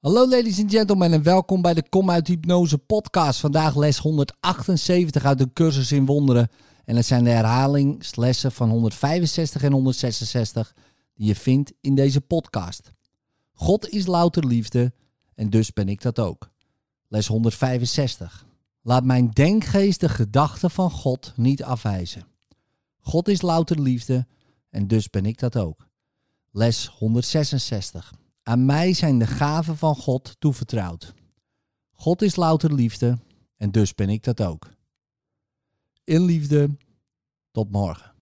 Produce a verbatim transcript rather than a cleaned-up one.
Hallo ladies and gentlemen en welkom bij de Kom uit Hypnose podcast. Vandaag les honderdachtenzeventig uit de cursus in wonderen. En het zijn de herhalingslessen van honderdvijfenzestig en honderdzesenzestig die je vindt in deze podcast. God is louter liefde en dus ben ik dat ook. Les honderdvijfenzestig. Laat mijn denkgeest de gedachten van God niet afwijzen. God is louter liefde en dus ben ik dat ook. Les honderdzesenzestig. Aan mij zijn de gaven van God toevertrouwd. God is louter liefde en dus ben ik dat ook. In liefde, tot morgen.